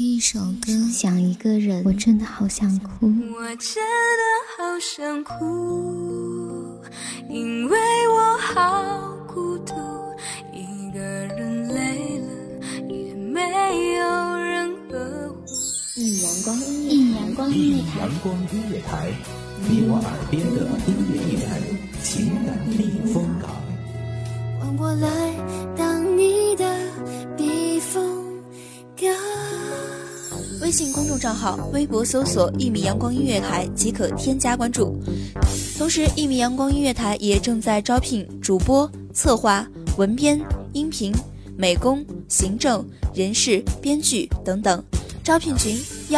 一首歌，想一个人，我真的好想哭。 我真的好想哭，因为我好孤独，一个人累了也没有人呵护。 阳光音乐台，你我耳边的音乐驿站，情感避风港。 换我来当你的避风港。 微信公众账号、微博搜索“1米阳光音乐台”即可添加关注。同时，1米阳光音乐台也正在招聘主播、策划、文编、音频、美工、行政、人事、编剧等等。招聘群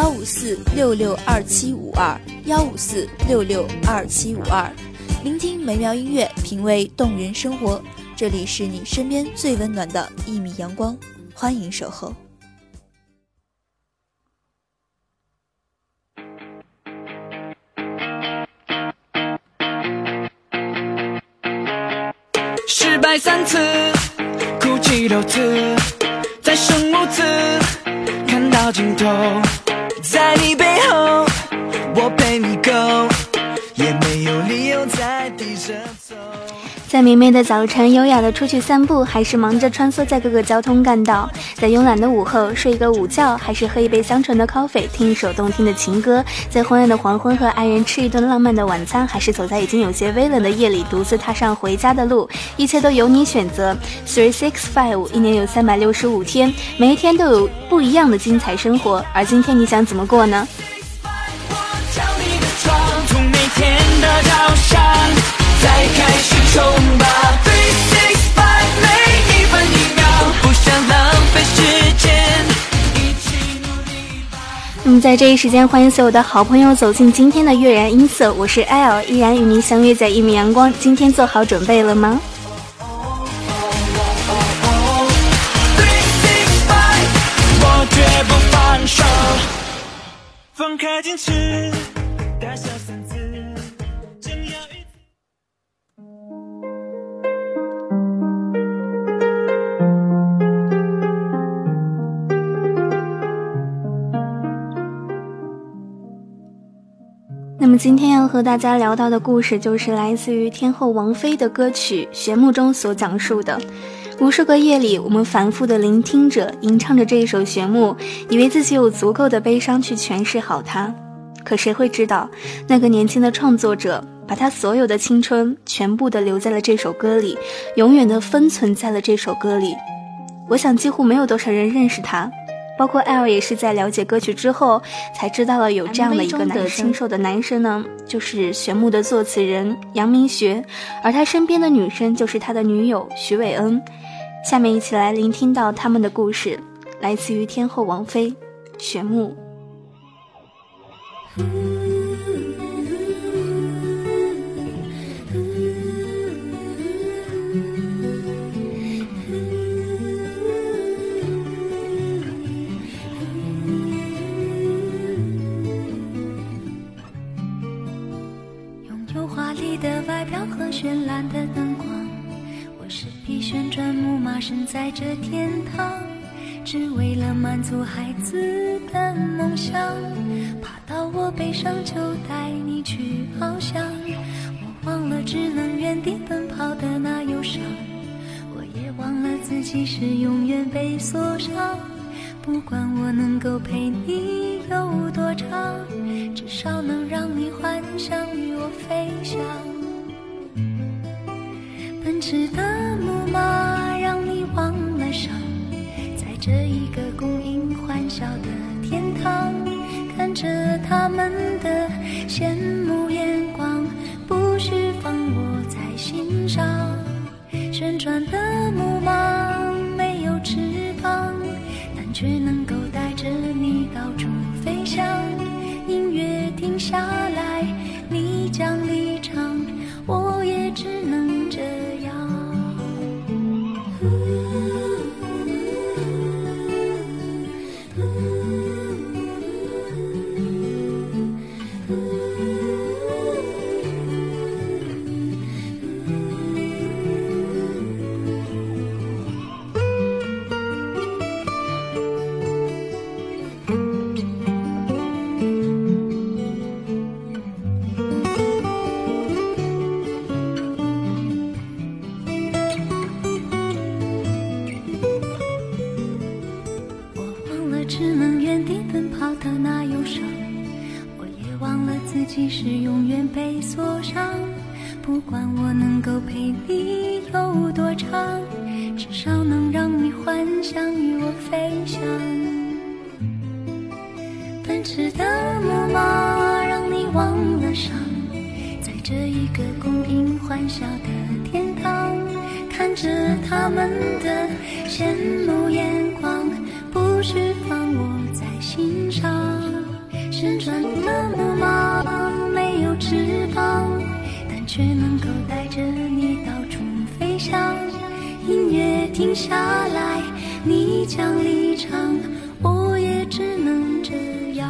154662752，154662752。聆听美妙音乐，品味动人生活。这里是你身边最温暖的1米阳光，欢迎守候。 失败3次，哭泣6次，再生5次，看到尽头，在你背后，我陪你 go， 也没有理由再低着走。 在明媚的早晨，优雅的出去散步，还是忙着穿梭在各个交通干道？在慵懒的午后，睡一个午觉，还是喝一杯香醇的 coffee， 听一首动听的情歌？在昏暗的黄昏，和爱人吃一顿浪漫的晚餐，还是走在已经有些微冷的夜里，独自踏上回家的路？一切都由你选择。365，一年有365天，每一天都有不一样的精彩生活。而今天你想怎么过呢？ 从每天的早上再开始冲吧365，每一分一秒不想浪费时间，一起努力吧。 那么在这一时间，欢迎所有的好朋友走进今天的悦然音色，我是 L， 依然与您相约在1米阳光。今天做好准备了吗 ？365，我绝不放手，放开坚持，大小3次，正要那么今天要和大家聊到的故事，就是来自于天后王菲的歌曲《旋木》中所讲述的。无数个夜里，我们反复的聆听着、吟唱着这一首《旋木》，以为自己有足够的悲伤去诠释好它。可谁会知道，那个年轻的创作者把他所有的青春全部的留在了这首歌里，永远的封存在了这首歌里。我想几乎没有多少人认识他，包括 L 也是在了解歌曲之后才知道了有这样的一个男生。清瘦的男生呢，就是旋木的作词人杨明学，而他身边的女生就是他的女友徐伟恩。下面一起来聆听到他们的故事，来自于天后王菲，旋木。 的外表和绚烂的灯光，我是匹旋转木马，身在这天堂，只为了满足孩子的梦想，爬到我背上就带你去翱翔，我忘了只能原地奔跑的那忧伤，我也忘了自己是永远被锁上，不管我能够陪你有多长，至少能让你幻想与我飞翔。奔驰的木马让你忘了伤，在这一个供应欢笑的天堂，看着他们的羡慕眼光，不需放我在心上。旋转的木马没有翅膀，但却能够带着你到处飞翔。音乐停下来，你将离场，我也只能这样。 只能原地奔跑的那忧伤，我也忘了自己是永远被锁上。不管我能够陪你有多长，至少能让你幻想与我飞翔。奔驰的木马让你忘了伤，在这一个供应欢笑的天堂，看着他们的羡慕眼光，不需放我在心上。旋转的木马没有翅膀，但却能够带着你到处飞翔。音乐停下来，你将离场，我也只能这样。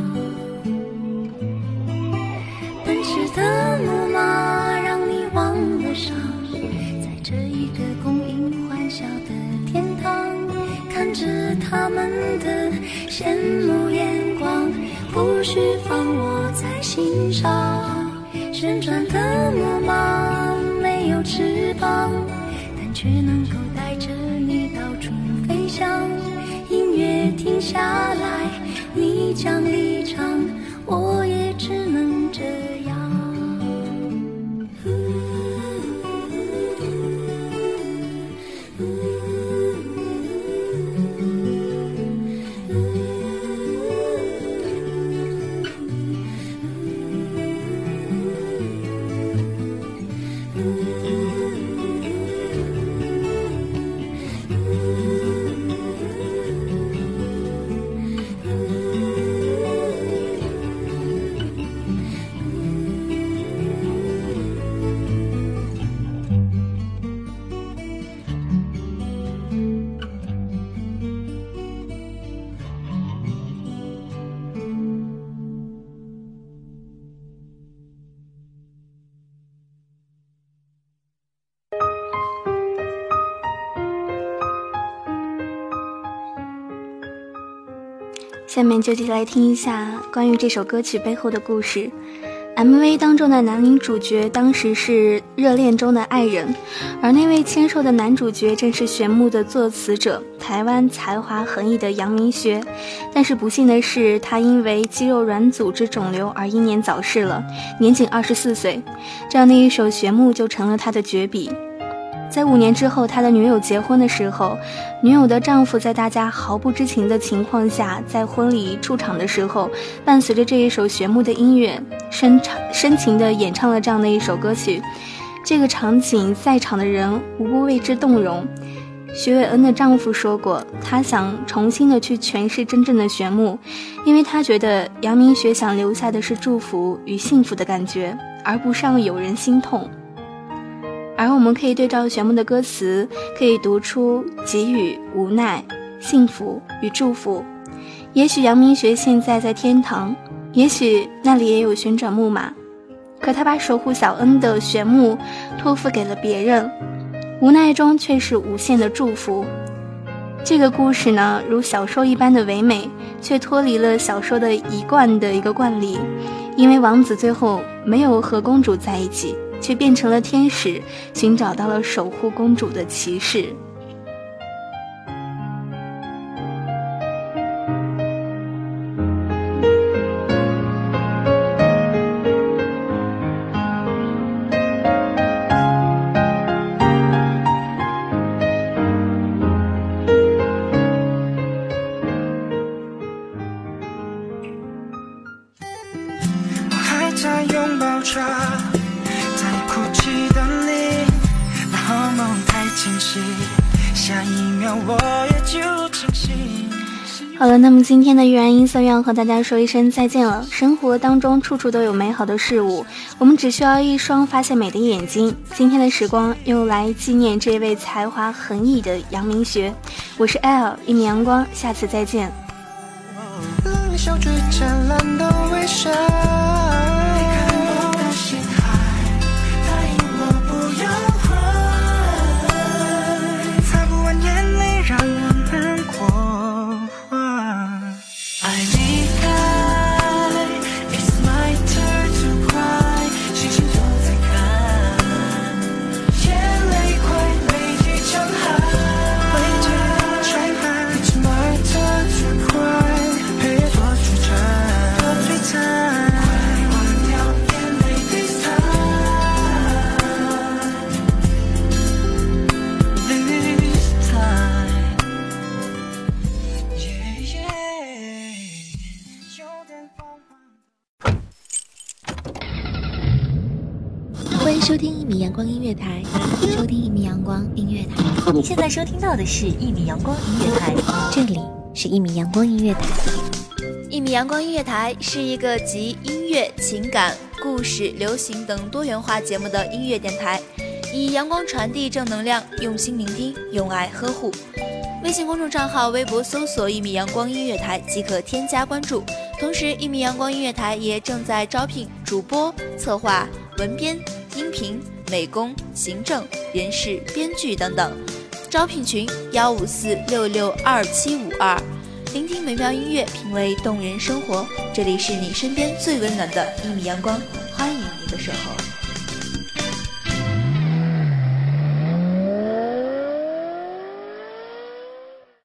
奔驰的木马让你忘了伤，在这一个供应欢笑的天堂，看着他们的羡慕眼光，不需放我在心上。旋转的木马没有翅膀，但却能够带着你到处飞翔。音乐停下来，你将离场，我也只能这样。 下面就一起来听一下关于这首歌曲背后的故事。MV 当中的男女主角当时是热恋中的爱人，而那位签售的男主角正是旋木的作词者，台湾才华横溢的杨明学。但是不幸的是，他因为肌肉软组织肿瘤而英年早逝了，年仅24岁。这样的一首旋木就成了他的绝笔。在5年之后，他的女友结婚的时候，女友的丈夫在大家毫不知情的情况下，在婚礼出场的时候，伴随着这一首旋木的音乐，深情地演唱了这样的一首歌曲。这个场景在场的人无不为之动容。徐伟恩的丈夫说过，他想重新的去诠释真正的旋木，因为他觉得杨明学想留下的是祝福与幸福的感觉，而不是让有人心痛。而我们可以对照旋木的歌词，可以读出给予、无奈、幸福与祝福。也许杨明学现在在天堂，也许那里也有旋转木马，可他把守护小恩的旋木托付给了别人，无奈中却是无限的祝福。这个故事呢，如小说一般的唯美，却脱离了小说的一贯的一个惯例，因为王子最后没有和公主在一起，却变成了天使，寻找到了守护公主的骑士。 我还在拥抱着下一秒我也就清醒。 好了，那么今天的玉然音色要和大家说一声再见了。生活当中处处都有美好的事物，我们只需要一双发现美的眼睛。今天的时光用来纪念这位才华横溢的杨明学。我是 L 一米阳光，下次再见。 小嘴灿烂的微笑，It's my turn to cry. 迎收听1米阳光音乐台， 收听1米阳光音乐台。 你现在收听到的是1米阳光音乐台， 这里是1米阳光音乐台。 1米阳光音乐台是一个集音乐、情感、故事、流行等多元化节目的音乐电台，以阳光传递正能量，用心聆听，用爱呵护。微信公众账号、微博搜索1米阳光音乐台即可添加关注。同时1米阳光音乐台也正在招聘主播、策划、文编、音频、美工、行政、人事、编剧等等。招聘群154662752。聆听美妙音乐，品味动人生活。这里是你身边最温暖的1米阳光，欢迎你的守候。